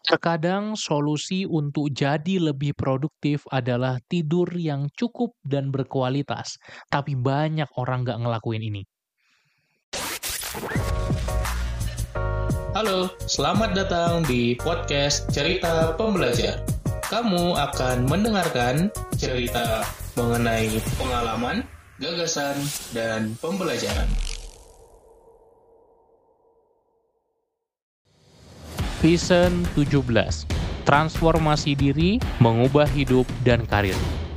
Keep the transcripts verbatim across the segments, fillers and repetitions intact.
Terkadang solusi untuk jadi lebih produktif adalah tidur yang cukup dan berkualitas, tapi banyak orang nggak ngelakuin ini. Halo, selamat datang di podcast Cerita Pembelajar. Kamu akan mendengarkan cerita mengenai pengalaman, gagasan, dan pembelajaran. Season tujuh belas. Transformasi diri, mengubah hidup dan karir.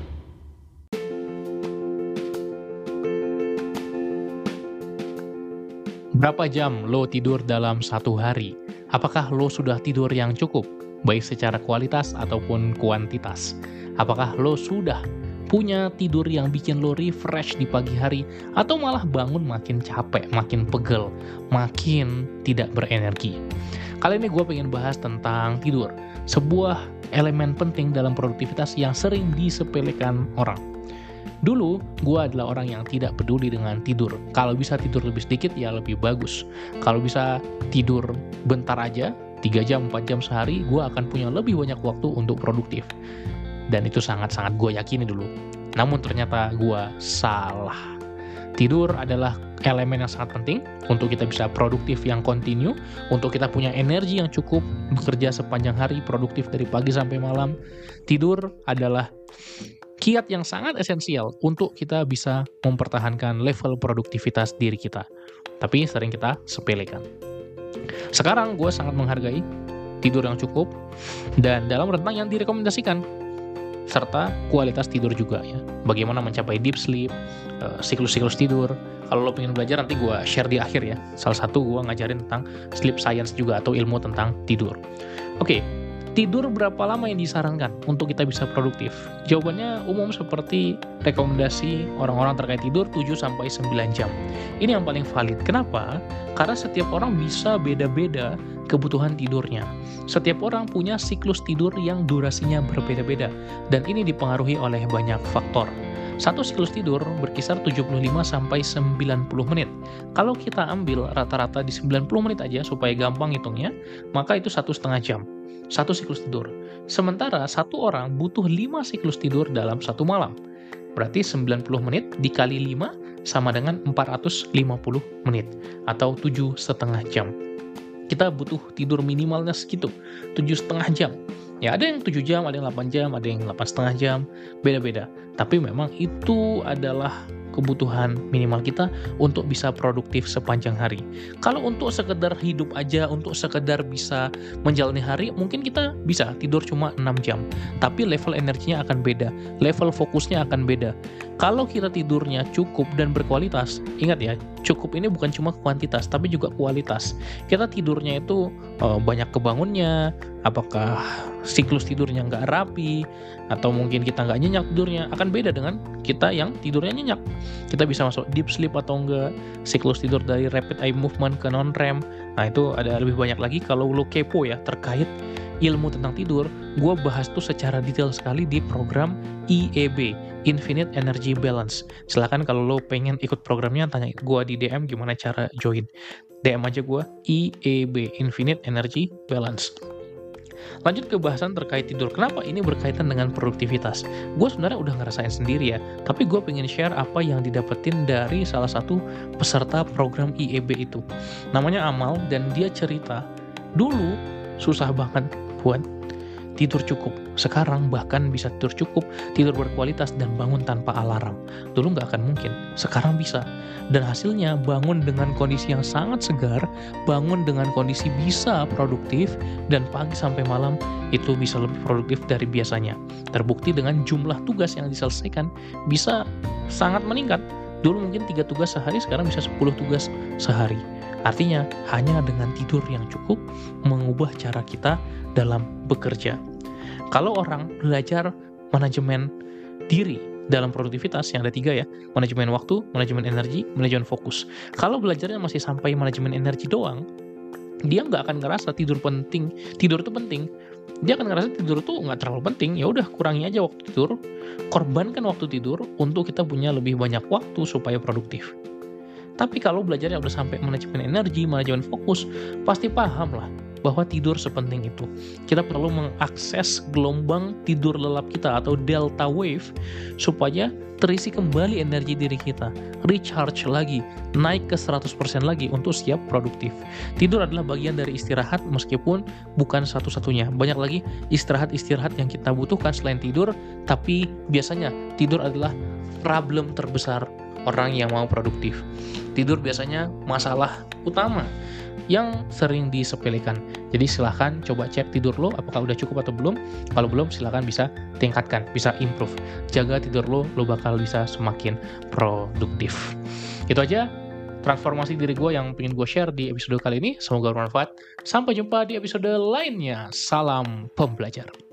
Berapa jam lo tidur dalam satu hari? Apakah lo sudah tidur yang cukup, baik secara kualitas ataupun kuantitas? Apakah lo sudah punya tidur yang bikin lo refresh di pagi hari, atau malah bangun makin capek, makin pegel, makin tidak berenergi? Kali ini gue pengen bahas tentang tidur, sebuah elemen penting dalam produktivitas yang sering disepelekan orang. Dulu, gue adalah orang yang tidak peduli dengan tidur. Kalau bisa tidur lebih sedikit, ya lebih bagus. Kalau bisa tidur bentar aja, tiga jam, empat jam sehari, gue akan punya lebih banyak waktu untuk produktif. Dan itu sangat-sangat gue yakini dulu. Namun ternyata gue salah. Tidur adalah elemen yang sangat penting untuk kita bisa produktif yang kontinu, untuk kita punya energi yang cukup bekerja sepanjang hari, produktif dari pagi sampai malam. Tidur adalah kiat yang sangat esensial untuk kita bisa mempertahankan level produktivitas diri kita. Tapi sering kita sepelekan. Sekarang gue sangat menghargai tidur yang cukup dan dalam rentang yang direkomendasikan, serta kualitas tidur juga ya. Bagaimana mencapai deep sleep, siklus-siklus tidur. Kalau lo pengen belajar nanti gue share di akhir ya. Salah satu gue ngajarin tentang sleep science juga atau ilmu tentang tidur. Oke, tidur berapa lama yang disarankan untuk kita bisa produktif? Jawabannya umum seperti rekomendasi orang-orang terkait tidur tujuh sampai sembilan jam. Ini yang paling valid. Kenapa? Karena setiap orang bisa beda-beda kebutuhan tidurnya. Setiap orang punya siklus tidur yang durasinya berbeda-beda, dan ini dipengaruhi oleh banyak faktor. Satu siklus tidur berkisar tujuh puluh lima sampai sembilan puluh menit. Kalau kita ambil rata-rata di sembilan puluh menit aja supaya gampang hitungnya, maka itu satu setengah jam. Satu siklus tidur. Sementara satu orang butuh lima siklus tidur dalam satu malam. Berarti sembilan puluh menit dikali lima sama dengan empat ratus lima puluh menit atau tujuh setengah jam. Kita butuh tidur minimalnya segitu, tujuh setengah jam. Ya ada yang tujuh jam, ada yang delapan jam, ada yang delapan setengah jam, beda-beda. Tapi memang itu adalah kebutuhan minimal kita untuk bisa produktif sepanjang hari. Kalau untuk sekedar hidup aja, untuk sekedar bisa menjalani hari, mungkin kita bisa tidur cuma enam jam. Tapi level energinya akan beda, level fokusnya akan beda. Kalau kita tidurnya cukup dan berkualitas, ingat ya, cukup ini bukan cuma kuantitas, tapi juga kualitas. Kita tidurnya itu uh, banyak kebangunnya, apakah siklus tidurnya nggak rapi, atau mungkin kita nggak nyenyak tidurnya, akan beda dengan kita yang tidurnya nyenyak. Kita bisa masuk deep sleep atau enggak, siklus tidur dari rapid eye movement ke non-rem. Nah itu ada lebih banyak lagi. Kalau lo kepo ya terkait ilmu tentang tidur, gue bahas tuh secara detail sekali di program I E B, Infinite Energy Balance. Silahkan kalau lo pengen ikut programnya, tanya gue di D M gimana cara join. D M aja gue, I E B, Infinite Energy Balance. Lanjut ke bahasan terkait tidur. Kenapa ini berkaitan dengan produktivitas? Gue sebenarnya udah ngerasain sendiri ya, tapi gue pengen share apa yang didapetin dari salah satu peserta program I E B itu. Namanya Amal, dan dia cerita, dulu susah banget buat tidur cukup. Sekarang bahkan bisa tidur cukup, tidur berkualitas, dan bangun tanpa alarm. Dulu nggak akan mungkin, sekarang bisa. Dan hasilnya bangun dengan kondisi yang sangat segar, bangun dengan kondisi bisa produktif, dan pagi sampai malam itu bisa lebih produktif dari biasanya. Terbukti dengan jumlah tugas yang diselesaikan bisa sangat meningkat. Dulu mungkin tiga tugas sehari, sekarang bisa sepuluh tugas sehari. Artinya hanya dengan tidur yang cukup mengubah cara kita dalam bekerja. Kalau orang belajar manajemen diri dalam produktivitas, yang ada tiga ya, manajemen waktu, manajemen energi, manajemen fokus. Kalau belajarnya masih sampai manajemen energi doang, dia nggak akan ngerasa tidur penting. Tidur itu penting. Dia akan ngerasa tidur itu nggak terlalu penting. Ya udah, kurangi aja waktu tidur, korbankan waktu tidur untuk kita punya lebih banyak waktu supaya produktif. Tapi kalau belajarnya udah sampai manajemen energi, manajemen fokus, pasti paham lah bahwa tidur sepenting itu. Kita perlu mengakses gelombang tidur lelap kita atau delta wave supaya terisi kembali energi diri kita, recharge lagi, naik ke seratus persen lagi untuk siap produktif. Tidur adalah bagian dari istirahat meskipun bukan satu-satunya. Banyak lagi istirahat-istirahat yang kita butuhkan selain tidur, tapi biasanya tidur adalah problem terbesar orang yang mau produktif. Tidur biasanya masalah utama yang sering disepelekan. Jadi silahkan coba cek tidur lo, apakah udah cukup atau belum. Kalau belum, silahkan bisa tingkatkan, bisa improve. Jaga tidur lo, lo bakal bisa semakin produktif. Itu aja transformasi diri gue yang pengen gue share di episode kali ini. Semoga bermanfaat. Sampai jumpa di episode lainnya. Salam pembelajar.